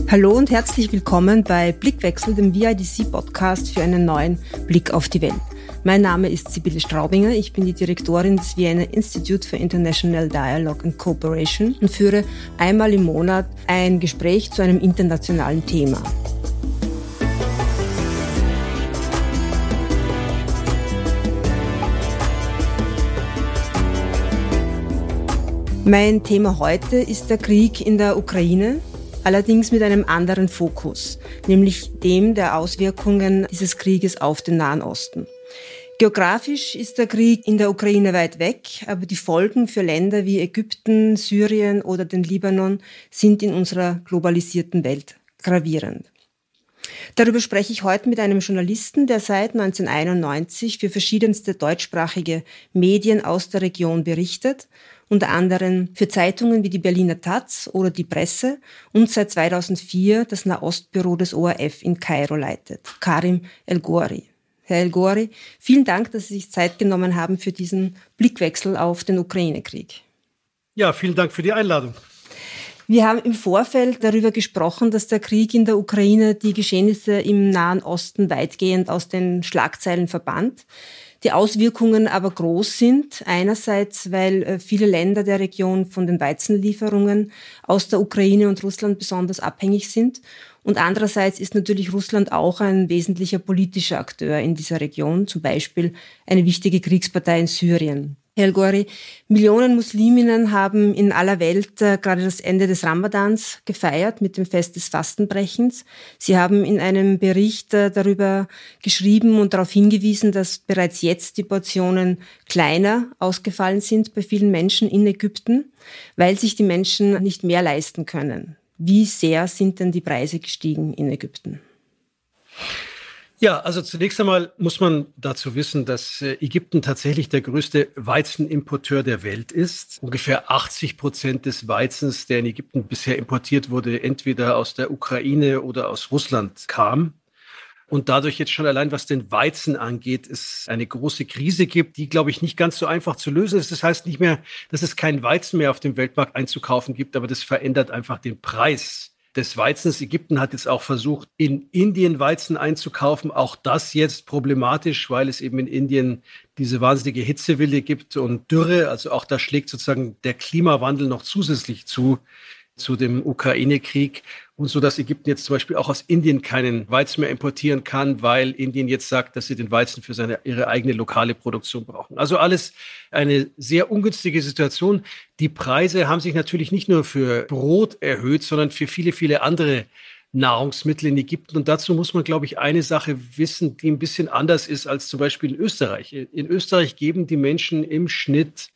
Hallo und herzlich willkommen bei Blickwechsel, dem VIDC-Podcast für einen neuen Blick auf die Welt. Mein Name ist Sibylle Straubinger, ich bin die Direktorin des Vienna Institute for International Dialogue and Cooperation und führe einmal im Monat ein Gespräch zu einem internationalen Thema. Mein Thema heute ist der Krieg in der Ukraine. Allerdings mit einem anderen Fokus, nämlich dem der Auswirkungen dieses Krieges auf den Nahen Osten. Geografisch ist der Krieg in der Ukraine weit weg, aber die Folgen für Länder wie Ägypten, Syrien oder den Libanon sind in unserer globalisierten Welt gravierend. Darüber spreche ich heute mit einem Journalisten, der seit 1991 für verschiedenste deutschsprachige Medien aus der Region berichtet, unter anderem für Zeitungen wie die Berliner Taz oder die Presse und seit 2004 das Nahostbüro des ORF in Kairo leitet, Karim El-Ghouari. Herr El-Ghouari, vielen Dank, dass Sie sich Zeit genommen haben für diesen Blickwechsel auf den Ukraine-Krieg. Ja, vielen Dank für die Einladung. Wir haben im Vorfeld darüber gesprochen, dass der Krieg in der Ukraine die Geschehnisse im Nahen Osten weitgehend aus den Schlagzeilen verbannt. Die Auswirkungen aber groß sind. Einerseits, weil viele Länder der Region von den Weizenlieferungen aus der Ukraine und Russland besonders abhängig sind. Und andererseits ist natürlich Russland auch ein wesentlicher politischer Akteur in dieser Region, zum Beispiel eine wichtige Kriegspartei in Syrien. Herr El-Ghouari, Millionen Musliminnen haben in aller Welt gerade das Ende des Ramadans gefeiert mit dem Fest des Fastenbrechens. Sie haben in einem Bericht darüber geschrieben und darauf hingewiesen, dass bereits jetzt die Portionen kleiner ausgefallen sind bei vielen Menschen in Ägypten, weil sich die Menschen nicht mehr leisten können. Wie sehr sind denn die Preise gestiegen in Ägypten? Ja, also zunächst einmal muss man dazu wissen, dass Ägypten tatsächlich der größte Weizenimporteur der Welt ist. Ungefähr 80% des Weizens, der in Ägypten bisher importiert wurde, entweder aus der Ukraine oder aus Russland kam. Und dadurch jetzt schon allein, was den Weizen angeht, es eine große Krise gibt, die, glaube ich, nicht ganz so einfach zu lösen ist. Das heißt nicht mehr, dass es keinen Weizen mehr auf dem Weltmarkt einzukaufen gibt, aber das verändert einfach den Preis des Weizens. Ägypten hat jetzt auch versucht, in Indien Weizen einzukaufen. Auch das jetzt problematisch, weil es eben in Indien diese wahnsinnige Hitzewelle gibt und Dürre. Also auch da schlägt sozusagen der Klimawandel noch zusätzlich zu dem Ukraine-Krieg. Und so, dass Ägypten jetzt zum Beispiel auch aus Indien keinen Weizen mehr importieren kann, weil Indien jetzt sagt, dass sie den Weizen für ihre eigene lokale Produktion brauchen. Also alles eine sehr ungünstige Situation. Die Preise haben sich natürlich nicht nur für Brot erhöht, sondern für viele, viele andere Nahrungsmittel in Ägypten. Und dazu muss man, glaube ich, eine Sache wissen, die ein bisschen anders ist als zum Beispiel in Österreich. In Österreich geben die Menschen im Schnitt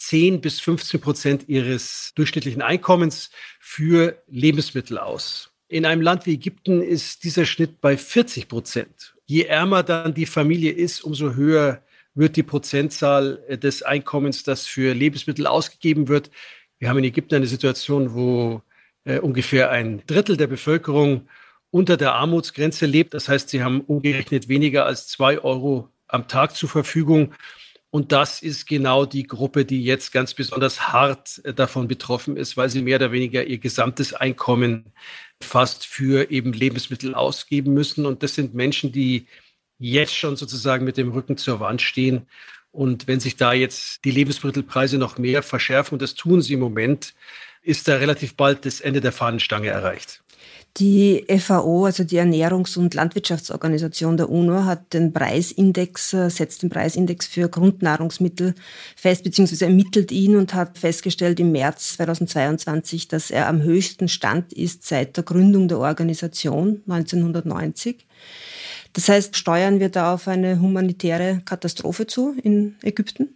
10-15% ihres durchschnittlichen Einkommens für Lebensmittel aus. In einem Land wie Ägypten ist dieser Schnitt bei 40%. Je ärmer dann die Familie ist, umso höher wird die Prozentzahl des Einkommens, das für Lebensmittel ausgegeben wird. Wir haben in Ägypten eine Situation, wo ungefähr ein Drittel der Bevölkerung unter der Armutsgrenze lebt. Das heißt, sie haben umgerechnet weniger als 2 Euro am Tag zur Verfügung. Und das ist genau die Gruppe, die jetzt ganz besonders hart davon betroffen ist, weil sie mehr oder weniger ihr gesamtes Einkommen fast für eben Lebensmittel ausgeben müssen. Und das sind Menschen, die jetzt schon sozusagen mit dem Rücken zur Wand stehen. Und wenn sich da jetzt die Lebensmittelpreise noch mehr verschärfen, und das tun sie im Moment, ist da relativ bald das Ende der Fahnenstange erreicht. Die FAO, also die Ernährungs- und Landwirtschaftsorganisation der UNO, setzt den Preisindex für Grundnahrungsmittel fest, beziehungsweise ermittelt ihn und hat festgestellt im März 2022, dass er am höchsten Stand ist seit der Gründung der Organisation 1990. Das heißt, steuern wir da auf eine humanitäre Katastrophe zu in Ägypten?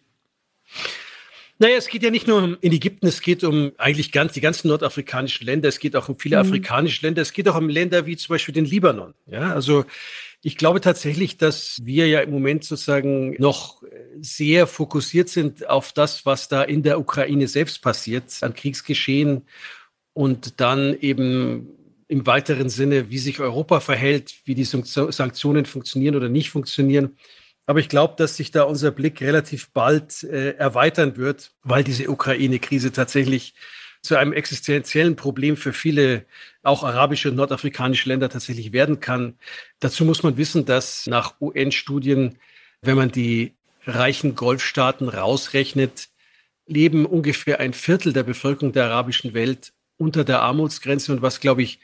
Naja, es geht ja nicht nur in Ägypten, es geht um eigentlich die ganzen nordafrikanischen Länder, es geht auch um viele afrikanische Länder, es geht auch um Länder wie zum Beispiel den Libanon. Ja, also ich glaube tatsächlich, dass wir ja im Moment sozusagen noch sehr fokussiert sind auf das, was da in der Ukraine selbst passiert, an Kriegsgeschehen und dann eben im weiteren Sinne, wie sich Europa verhält, wie die Sanktionen funktionieren oder nicht funktionieren. Aber ich glaube, dass sich da unser Blick relativ bald erweitern wird, weil diese Ukraine-Krise tatsächlich zu einem existenziellen Problem für viele, auch arabische und nordafrikanische Länder tatsächlich werden kann. Dazu muss man wissen, dass nach UN-Studien, wenn man die reichen Golfstaaten rausrechnet, leben ungefähr ein Viertel der Bevölkerung der arabischen Welt unter der Armutsgrenze. Und was, glaube ich,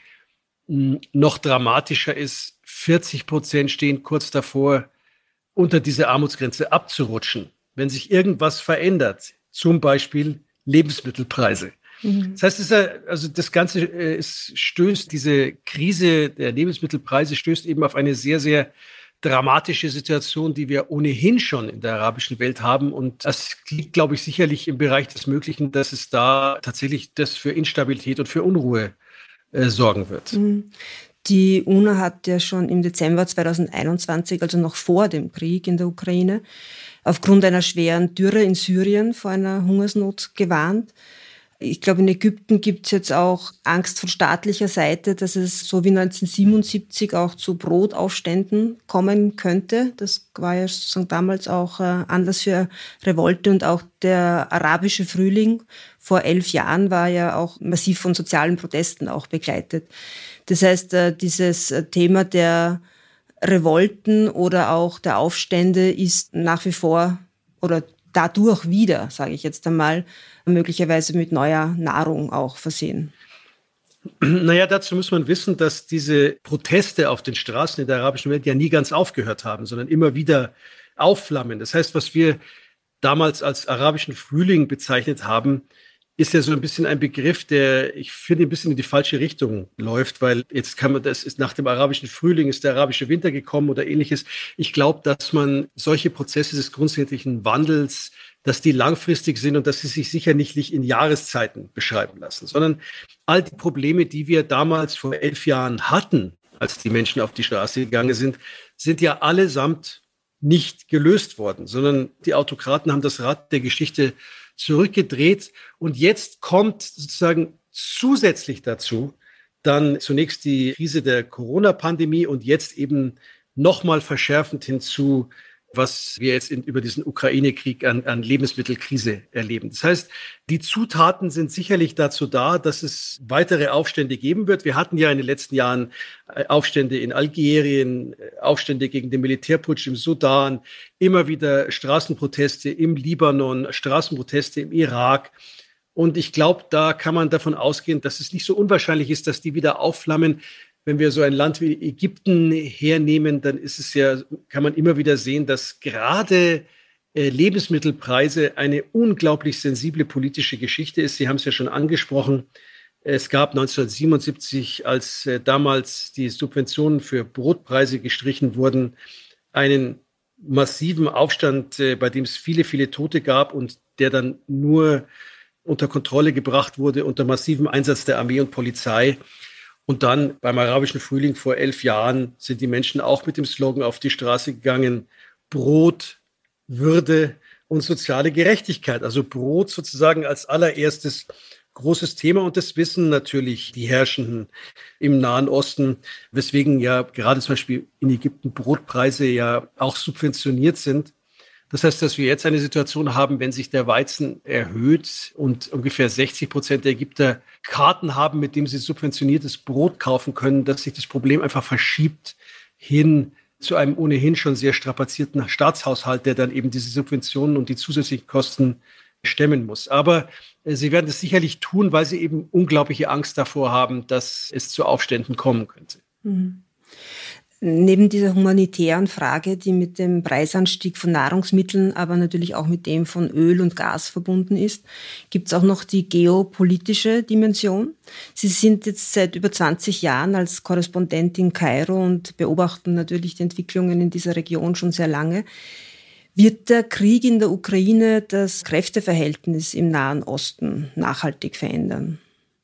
noch dramatischer ist, 40% stehen kurz davor, unter diese Armutsgrenze abzurutschen, wenn sich irgendwas verändert, zum Beispiel Lebensmittelpreise. Das heißt, das Ganze stößt, diese Krise der Lebensmittelpreise stößt eben auf eine sehr, sehr dramatische Situation, die wir ohnehin schon in der arabischen Welt haben. Und das liegt, glaube ich, sicherlich im Bereich des Möglichen, dass es da tatsächlich das für Instabilität und für Unruhe sorgen wird. Die UNO hat ja schon im Dezember 2021, also noch vor dem Krieg in der Ukraine, aufgrund einer schweren Dürre in Syrien vor einer Hungersnot gewarnt. Ich glaube, in Ägypten gibt es jetzt auch Angst von staatlicher Seite, dass es so wie 1977 auch zu Brotaufständen kommen könnte. Das war ja sozusagen damals auch Anlass für Revolte, und auch der arabische Frühling vor 11 Jahren war ja auch massiv von sozialen Protesten auch begleitet. Das heißt, dieses Thema der Revolten oder auch der Aufstände ist nach wie vor oder dadurch wieder, sage ich jetzt einmal, möglicherweise mit neuer Nahrung auch versehen. Naja, dazu muss man wissen, dass diese Proteste auf den Straßen in der arabischen Welt ja nie ganz aufgehört haben, sondern immer wieder aufflammen. Das heißt, was wir damals als arabischen Frühling bezeichnet haben, ist ja so ein bisschen ein Begriff, der, ich finde, ein bisschen in die falsche Richtung läuft, weil jetzt das ist nach dem arabischen Frühling ist der arabische Winter gekommen oder ähnliches. Ich glaube, dass man solche Prozesse des grundsätzlichen Wandels, dass die langfristig sind und dass sie sich sicher nicht in Jahreszeiten beschreiben lassen, sondern all die Probleme, die wir damals vor 11 Jahren hatten, als die Menschen auf die Straße gegangen sind, sind ja allesamt nicht gelöst worden, sondern die Autokraten haben das Rad der Geschichte zurückgedreht. Und jetzt kommt sozusagen zusätzlich dazu dann zunächst die Krise der Corona-Pandemie und jetzt eben nochmal verschärfend hinzu, was wir jetzt über diesen Ukraine-Krieg an Lebensmittelkrise erleben. Das heißt, die Zutaten sind sicherlich dazu da, dass es weitere Aufstände geben wird. Wir hatten ja in den letzten Jahren Aufstände in Algerien, Aufstände gegen den Militärputsch im Sudan, immer wieder Straßenproteste im Libanon, Straßenproteste im Irak. Und ich glaube, da kann man davon ausgehen, dass es nicht so unwahrscheinlich ist, dass die wieder aufflammen. Wenn wir so ein Land wie Ägypten hernehmen, dann kann man immer wieder sehen, dass gerade Lebensmittelpreise eine unglaublich sensible politische Geschichte ist. Sie haben es ja schon angesprochen. Es gab 1977, als damals die Subventionen für Brotpreise gestrichen wurden, einen massiven Aufstand, bei dem es viele, viele Tote gab und der dann nur unter Kontrolle gebracht wurde unter massivem Einsatz der Armee und Polizei. Und dann beim arabischen Frühling vor 11 Jahren sind die Menschen auch mit dem Slogan auf die Straße gegangen: Brot, Würde und soziale Gerechtigkeit. Also Brot sozusagen als allererstes großes Thema. Und das wissen natürlich die Herrschenden im Nahen Osten, weswegen ja gerade zum Beispiel in Ägypten Brotpreise ja auch subventioniert sind. Das heißt, dass wir jetzt eine Situation haben, wenn sich der Weizen erhöht und ungefähr 60% der Ägypter Karten haben, mit dem sie subventioniertes Brot kaufen können, dass sich das Problem einfach verschiebt hin zu einem ohnehin schon sehr strapazierten Staatshaushalt, der dann eben diese Subventionen und die zusätzlichen Kosten stemmen muss. Aber sie werden es sicherlich tun, weil sie eben unglaubliche Angst davor haben, dass es zu Aufständen kommen könnte. Mhm. Neben dieser humanitären Frage, die mit dem Preisanstieg von Nahrungsmitteln, aber natürlich auch mit dem von Öl und Gas verbunden ist, gibt es auch noch die geopolitische Dimension. Sie sind jetzt seit über 20 Jahren als Korrespondent in Kairo und beobachten natürlich die Entwicklungen in dieser Region schon sehr lange. Wird der Krieg in der Ukraine das Kräfteverhältnis im Nahen Osten nachhaltig verändern?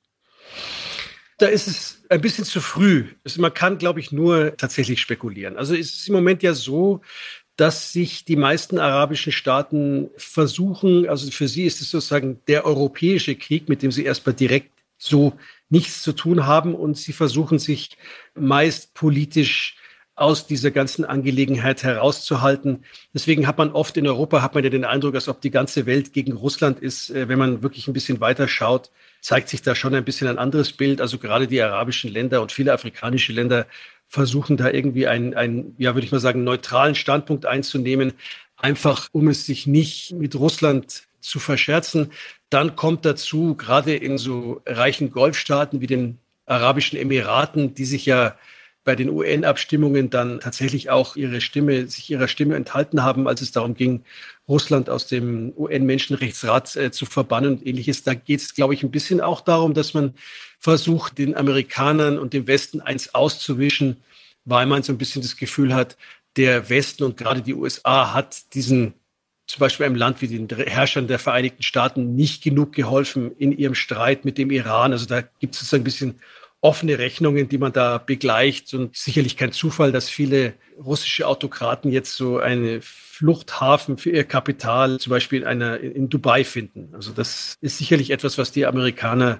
Da ist es ein bisschen zu früh. Man kann, glaube ich, nur tatsächlich spekulieren. Also es ist im Moment ja so, dass sich die meisten arabischen Staaten versuchen, also für sie ist es sozusagen der europäische Krieg, mit dem sie erstmal direkt so nichts zu tun haben. Und sie versuchen sich meist politisch aus dieser ganzen Angelegenheit herauszuhalten. Deswegen hat man oft in Europa, hat man ja den Eindruck, als ob die ganze Welt gegen Russland ist. Wenn man wirklich ein bisschen weiter schaut, zeigt sich da schon ein bisschen ein anderes Bild. Also gerade die arabischen Länder und viele afrikanische Länder versuchen da irgendwie einen, ja, würde ich mal sagen, neutralen Standpunkt einzunehmen, einfach um es sich nicht mit Russland zu verscherzen. Dann kommt dazu, gerade in so reichen Golfstaaten wie den Arabischen Emiraten, die sich ja bei den UN-Abstimmungen dann tatsächlich auch ihrer Stimme enthalten haben, als es darum ging, Russland aus dem UN-Menschenrechtsrat zu verbannen und Ähnliches. Da geht es, glaube ich, ein bisschen auch darum, dass man versucht, den Amerikanern und dem Westen eins auszuwischen, weil man so ein bisschen das Gefühl hat, der Westen und gerade die USA hat diesen, zum Beispiel einem Land wie den Herrschern der Vereinigten Staaten, nicht genug geholfen in ihrem Streit mit dem Iran. Also da gibt es sozusagen ein bisschen offene Rechnungen, die man da begleicht. Und sicherlich kein Zufall, dass viele russische Autokraten jetzt so eine Fluchthafen für ihr Kapital zum Beispiel in Dubai finden. Also das ist sicherlich etwas, was die Amerikaner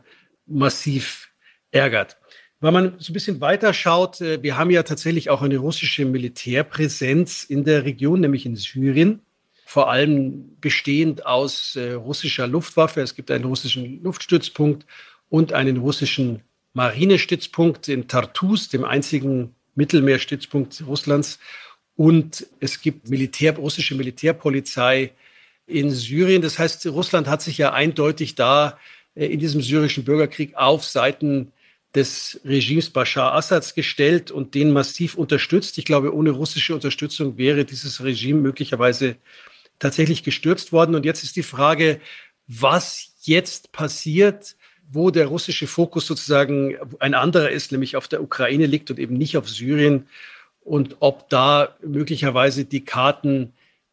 massiv ärgert. Wenn man so ein bisschen weiter schaut, wir haben ja tatsächlich auch eine russische Militärpräsenz in der Region, nämlich in Syrien. Vor allem bestehend aus russischer Luftwaffe. Es gibt einen russischen Luftstützpunkt und einen russischen Marinestützpunkt in Tartus, dem einzigen Mittelmeerstützpunkt Russlands. Und es gibt russische Militärpolizei in Syrien. Das heißt, Russland hat sich ja eindeutig da in diesem syrischen Bürgerkrieg auf Seiten des Regimes Bashar Assads gestellt und den massiv unterstützt. Ich glaube, ohne russische Unterstützung wäre dieses Regime möglicherweise tatsächlich gestürzt worden. Und jetzt ist die Frage, was jetzt passiert, wo der russische Fokus sozusagen ein anderer ist, nämlich auf der Ukraine liegt und eben nicht auf Syrien. Und ob da möglicherweise die Karten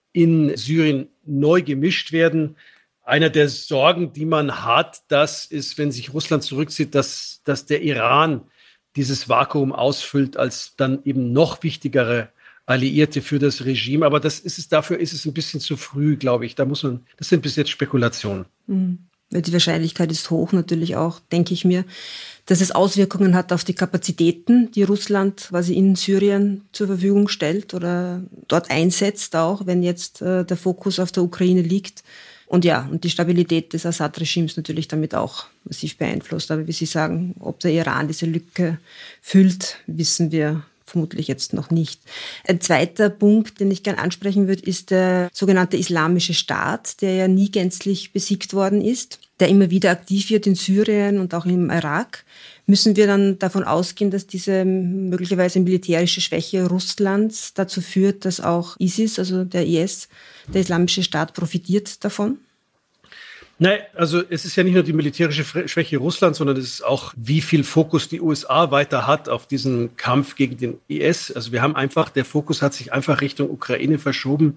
in Syrien neu gemischt werden. Einer der Sorgen, die man hat, das ist, wenn sich Russland zurückzieht, dass der Iran dieses Vakuum ausfüllt als dann eben noch wichtigere Alliierte für das Regime. Aber dafür ist es ein bisschen zu früh, glaube ich. Das sind bis jetzt Spekulationen. Die Wahrscheinlichkeit ist hoch natürlich auch, denke ich mir, dass es Auswirkungen hat auf die Kapazitäten, die Russland quasi in Syrien zur Verfügung stellt oder dort einsetzt, auch wenn jetzt der Fokus auf der Ukraine liegt. Und die Stabilität des Assad-Regimes natürlich damit auch massiv beeinflusst. Aber wie Sie sagen, ob der Iran diese Lücke füllt, wissen wir vermutlich jetzt noch nicht. Ein zweiter Punkt, den ich gerne ansprechen würde, ist der sogenannte Islamische Staat, der ja nie gänzlich besiegt worden ist, der immer wieder aktiv wird in Syrien und auch im Irak. Müssen wir dann davon ausgehen, dass diese möglicherweise militärische Schwäche Russlands dazu führt, dass auch ISIS, also der IS, der Islamische Staat, profitiert davon? Nein, also es ist ja nicht nur die militärische Schwäche Russlands, sondern es ist auch, wie viel Fokus die USA weiter hat auf diesen Kampf gegen den IS. Also der Fokus hat sich einfach Richtung Ukraine verschoben.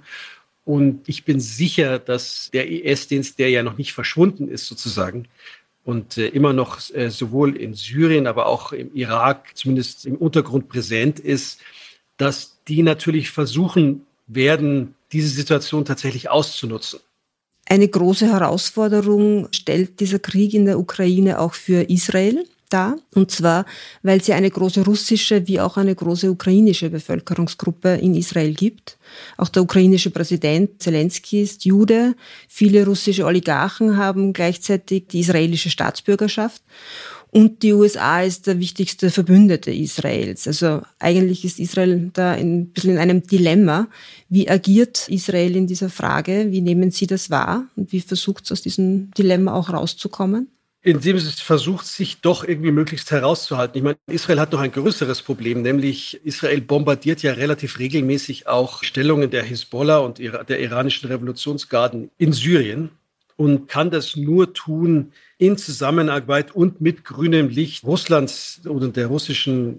Und ich bin sicher, dass der IS, der ja noch nicht verschwunden ist sozusagen, und immer noch sowohl in Syrien, aber auch im Irak, zumindest im Untergrund präsent ist, dass die natürlich versuchen werden, diese Situation tatsächlich auszunutzen. Eine große Herausforderung stellt dieser Krieg in der Ukraine auch für Israel dar. Und zwar, weil es ja eine große russische wie auch eine große ukrainische Bevölkerungsgruppe in Israel gibt. Auch der ukrainische Präsident Zelensky ist Jude. Viele russische Oligarchen haben gleichzeitig die israelische Staatsbürgerschaft. Und die USA ist der wichtigste Verbündete Israels. Also eigentlich ist Israel da ein bisschen in einem Dilemma. Wie agiert Israel in dieser Frage? Wie nehmen Sie das wahr? Und wie versucht es aus diesem Dilemma auch rauszukommen? Indem es versucht, sich doch irgendwie möglichst herauszuhalten. Ich meine, Israel hat noch ein größeres Problem, nämlich Israel bombardiert ja relativ regelmäßig auch Stellungen der Hisbollah und der iranischen Revolutionsgarden in Syrien und kann das nur tun in Zusammenarbeit und mit grünem Licht Russlands oder des russischen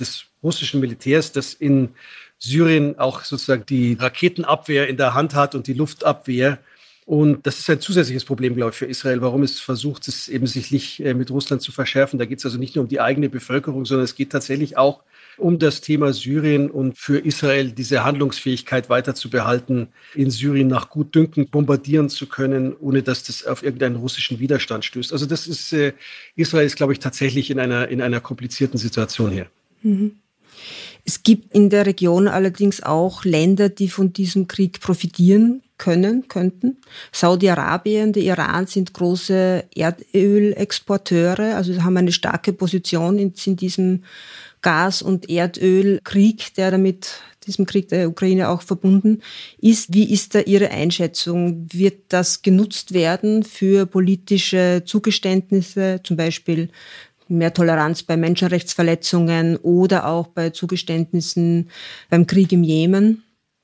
Militärs, das in Syrien auch sozusagen die Raketenabwehr in der Hand hat und die Luftabwehr. Und das ist ein zusätzliches Problem, glaube ich, für Israel, warum es versucht, es eben sich nicht mit Russland zu verschärfen. Da geht es also nicht nur um die eigene Bevölkerung, sondern es geht tatsächlich auch um das Thema Syrien und für Israel diese Handlungsfähigkeit weiter zu behalten, in Syrien nach Gutdünken bombardieren zu können, ohne dass das auf irgendeinen russischen Widerstand stößt. Also Israel ist, glaube ich, tatsächlich in einer komplizierten Situation hier. Mhm. Es gibt in der Region allerdings auch Länder, die von diesem Krieg profitieren könnten. Saudi-Arabien, der Iran sind große Erdölexporteure, also haben eine starke Position in diesem Gas- und Erdölkrieg, der damit diesem Krieg der Ukraine auch verbunden ist. Wie ist da Ihre Einschätzung? Wird das genutzt werden für politische Zugeständnisse, zum Beispiel mehr Toleranz bei Menschenrechtsverletzungen oder auch bei Zugeständnissen beim Krieg im Jemen?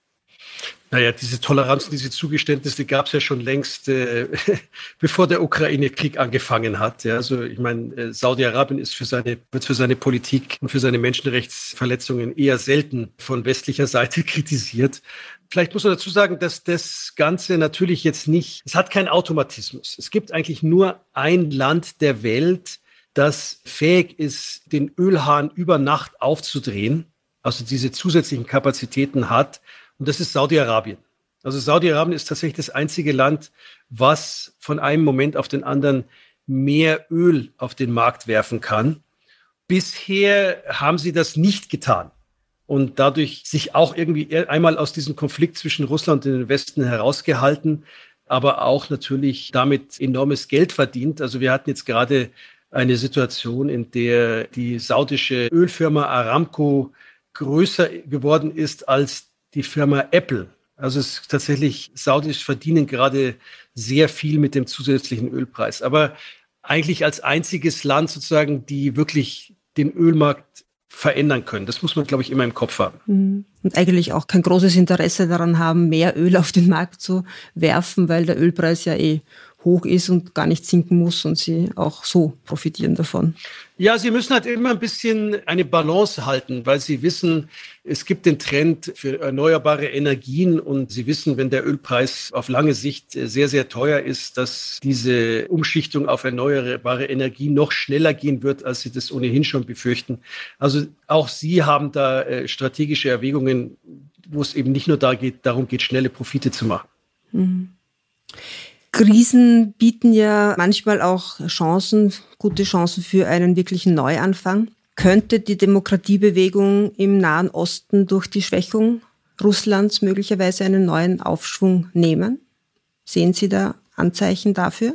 Naja, diese Toleranz, diese Zugeständnisse gab es ja schon längst, bevor der Ukraine-Krieg angefangen hat. Ja, also ich meine, Saudi-Arabien wird für seine Politik und für seine Menschenrechtsverletzungen eher selten von westlicher Seite kritisiert. Vielleicht muss man dazu sagen, dass das Ganze natürlich jetzt nicht, es hat keinen Automatismus. Es gibt eigentlich nur ein Land der Welt, das fähig ist, den Ölhahn über Nacht aufzudrehen, also diese zusätzlichen Kapazitäten hat. Und das ist Saudi-Arabien. Also Saudi-Arabien ist tatsächlich das einzige Land, was von einem Moment auf den anderen mehr Öl auf den Markt werfen kann. Bisher haben sie das nicht getan und dadurch sich auch irgendwie einmal aus diesem Konflikt zwischen Russland und dem Westen herausgehalten, aber auch natürlich damit enormes Geld verdient. Also wir hatten jetzt gerade eine Situation, in der die saudische Ölfirma Aramco größer geworden ist als die Firma Apple. Also es ist tatsächlich, Saudis verdienen gerade sehr viel mit dem zusätzlichen Ölpreis. Aber eigentlich als einziges Land sozusagen, die wirklich den Ölmarkt verändern können. Das muss man, glaube ich, immer im Kopf haben. Und eigentlich auch kein großes Interesse daran haben, mehr Öl auf den Markt zu werfen, weil der Ölpreis ja hoch ist und gar nicht sinken muss und sie auch so profitieren davon. Ja, sie müssen halt immer ein bisschen eine Balance halten, weil sie wissen, es gibt den Trend für erneuerbare Energien und sie wissen, wenn der Ölpreis auf lange Sicht sehr, sehr teuer ist, dass diese Umschichtung auf erneuerbare Energie noch schneller gehen wird, als sie das ohnehin schon befürchten. Also auch sie haben da strategische Erwägungen, wo es eben nicht nur darum geht, schnelle Profite zu machen. Mhm. Krisen bieten ja manchmal auch gute Chancen für einen wirklichen Neuanfang. Könnte die Demokratiebewegung im Nahen Osten durch die Schwächung Russlands möglicherweise einen neuen Aufschwung nehmen? Sehen Sie da Anzeichen dafür?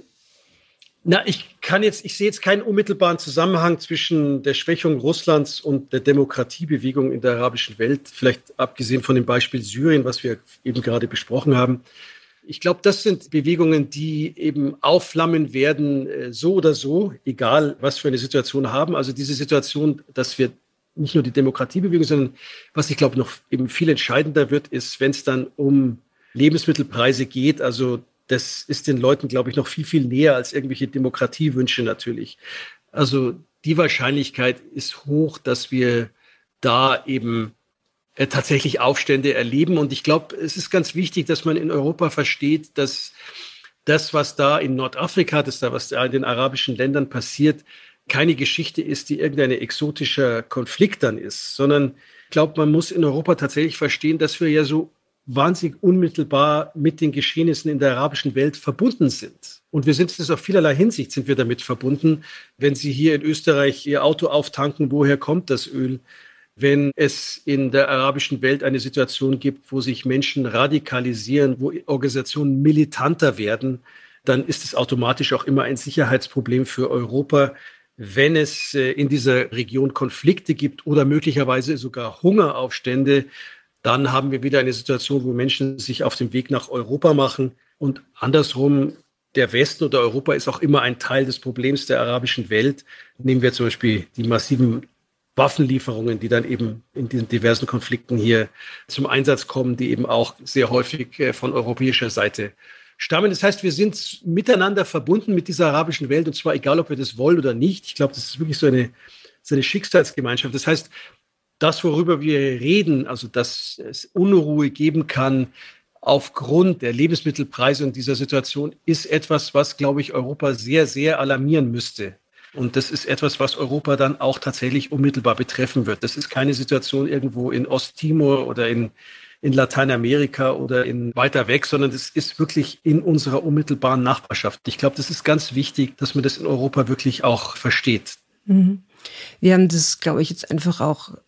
Ich sehe jetzt keinen unmittelbaren Zusammenhang zwischen der Schwächung Russlands und der Demokratiebewegung in der arabischen Welt, vielleicht abgesehen von dem Beispiel Syrien, was wir eben gerade besprochen haben. Ich glaube, das sind Bewegungen, die eben aufflammen werden, so oder so, egal was für eine Situation haben. Also diese Situation, dass wir nicht nur die Demokratiebewegung, sondern was ich glaube noch eben viel entscheidender wird, ist, wenn es dann um Lebensmittelpreise geht. Also das ist den Leuten, glaube ich, noch viel, viel näher als irgendwelche Demokratiewünsche natürlich. Also die Wahrscheinlichkeit ist hoch, dass wir da eben tatsächlich Aufstände erleben. Und ich glaube, es ist ganz wichtig, dass man in Europa versteht, dass das, was da in Nordafrika, was da in den arabischen Ländern passiert, keine Geschichte ist, die irgendein exotischer Konflikt dann ist, sondern ich glaube, man muss in Europa tatsächlich verstehen, dass wir ja so wahnsinnig unmittelbar mit den Geschehnissen in der arabischen Welt verbunden sind. Und wir sind es auf vielerlei Hinsicht sind wir damit verbunden. Wenn Sie hier in Österreich Ihr Auto auftanken, woher kommt das Öl? Wenn es in der arabischen Welt eine Situation gibt, wo sich Menschen radikalisieren, wo Organisationen militanter werden, dann ist es automatisch auch immer ein Sicherheitsproblem für Europa. Wenn es in dieser Region Konflikte gibt oder möglicherweise sogar Hungeraufstände, dann haben wir wieder eine Situation, wo Menschen sich auf den Weg nach Europa machen. Und andersrum, der Westen oder Europa ist auch immer ein Teil des Problems der arabischen Welt. Nehmen wir zum Beispiel die massiven Waffenlieferungen, die dann eben in diesen diversen Konflikten hier zum Einsatz kommen, die eben auch sehr häufig von europäischer Seite stammen. Das heißt, wir sind miteinander verbunden mit dieser arabischen Welt, und zwar egal, ob wir das wollen oder nicht. Ich glaube, das ist wirklich so eine Schicksalsgemeinschaft. Das heißt, das, worüber wir reden, also dass es Unruhe geben kann aufgrund der Lebensmittelpreise und dieser Situation, ist etwas, was, glaube ich, Europa sehr, sehr alarmieren müsste. Und das ist etwas, was Europa dann auch tatsächlich unmittelbar betreffen wird. Das ist keine Situation irgendwo in Osttimor oder in Lateinamerika oder weiter weg, sondern das ist wirklich in unserer unmittelbaren Nachbarschaft. Ich glaube, das ist ganz wichtig, dass man das in Europa wirklich auch versteht. Wir haben das, glaube ich, jetzt einfach auch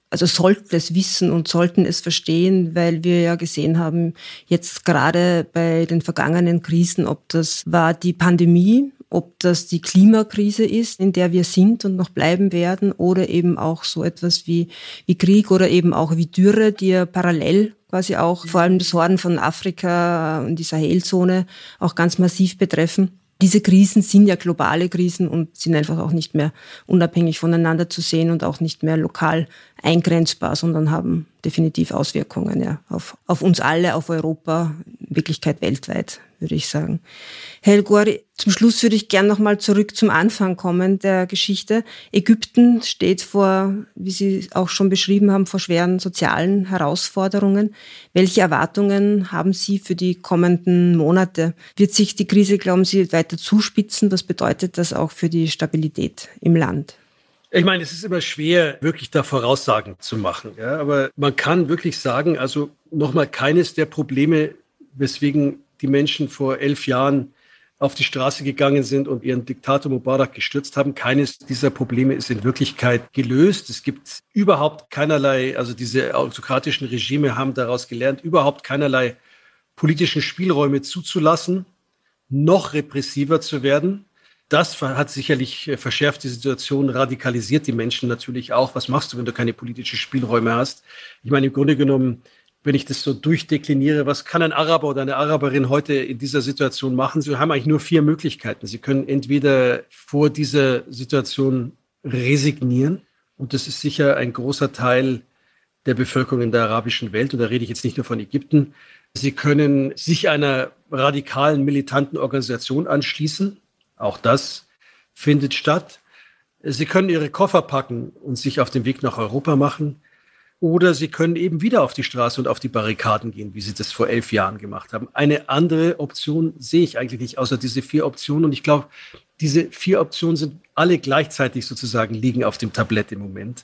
also sollten es wissen und sollten es verstehen, weil wir ja gesehen haben, jetzt gerade bei den vergangenen Krisen, ob das war die Pandemie, ob das die Klimakrise ist, in der wir sind und noch bleiben werden, oder eben auch so etwas wie Krieg oder eben auch wie Dürre, die ja parallel quasi auch vor allem das Horn von Afrika und die Sahelzone auch ganz massiv betreffen. Diese Krisen sind ja globale Krisen und sind einfach auch nicht mehr unabhängig voneinander zu sehen und auch nicht mehr lokal eingrenzbar, sondern haben definitiv Auswirkungen, ja, auf uns alle, auf Europa, in Wirklichkeit weltweit, würde ich sagen. Herr El Ghouari, zum Schluss würde ich gern nochmal zurück zum Anfang kommen der Geschichte. Ägypten steht vor, wie Sie auch schon beschrieben haben, vor schweren sozialen Herausforderungen. Welche Erwartungen haben Sie für die kommenden Monate? Wird sich die Krise, glauben Sie, weiter zuspitzen? Was bedeutet das auch für die Stabilität im Land? Ich meine, es ist immer schwer, wirklich da Voraussagen zu machen. Ja, aber man kann wirklich sagen, also nochmal, keines der Probleme, weswegen die Menschen vor 11 Jahren auf die Straße gegangen sind und ihren Diktator Mubarak gestürzt haben, keines dieser Probleme ist in Wirklichkeit gelöst. Es gibt überhaupt keinerlei, also diese autokratischen Regime haben daraus gelernt, überhaupt keinerlei politischen Spielräume zuzulassen, noch repressiver zu werden. Das hat sicherlich verschärft die Situation, radikalisiert die Menschen natürlich auch. Was machst du, wenn du keine politischen Spielräume hast? Ich meine, im Grunde genommen, wenn ich das so durchdekliniere, was kann ein Araber oder eine Araberin heute in dieser Situation machen? Sie haben eigentlich nur 4 Möglichkeiten. Sie können entweder vor dieser Situation resignieren, und das ist sicher ein großer Teil der Bevölkerung in der arabischen Welt, und da rede ich jetzt nicht nur von Ägypten. Sie können sich einer radikalen, militanten Organisation anschließen. Auch das findet statt. Sie können ihre Koffer packen und sich auf den Weg nach Europa machen. Oder sie können eben wieder auf die Straße und auf die Barrikaden gehen, wie sie das vor 11 Jahren gemacht haben. Eine andere Option sehe ich eigentlich nicht, außer diese 4 Optionen. Und ich glaube, diese 4 Optionen sind alle gleichzeitig sozusagen, liegen auf dem Tablett im Moment.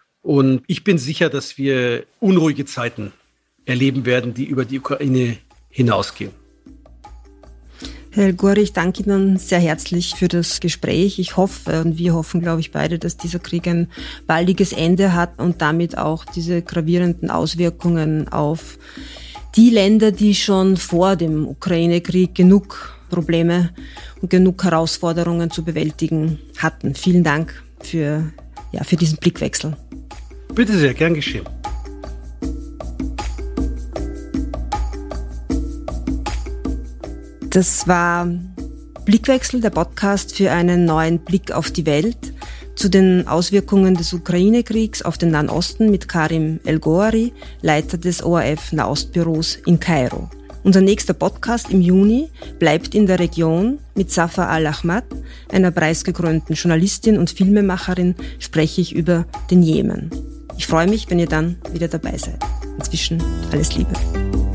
Und ich bin sicher, dass wir unruhige Zeiten erleben werden, die über die Ukraine hinausgehen. Herr El Ghouari, ich danke Ihnen sehr herzlich für das Gespräch. Ich hoffe, und wir hoffen, glaube ich, beide, dass dieser Krieg ein baldiges Ende hat und damit auch diese gravierenden Auswirkungen auf die Länder, die schon vor dem Ukraine-Krieg genug Probleme und genug Herausforderungen zu bewältigen hatten. Vielen Dank für diesen Blickwechsel. Bitte sehr, gern geschehen. Das war Blickwechsel, der Podcast für einen neuen Blick auf die Welt, zu den Auswirkungen des Ukraine-Kriegs auf den Nahen Osten mit Karim El Ghouari, Leiter des ORF-Nahostbüros in Kairo. Unser nächster Podcast im Juni bleibt in der Region. Mit Safa Al-Ahmad, einer preisgekrönten Journalistin und Filmemacherin, spreche ich über den Jemen. Ich freue mich, wenn ihr dann wieder dabei seid. Inzwischen alles Liebe.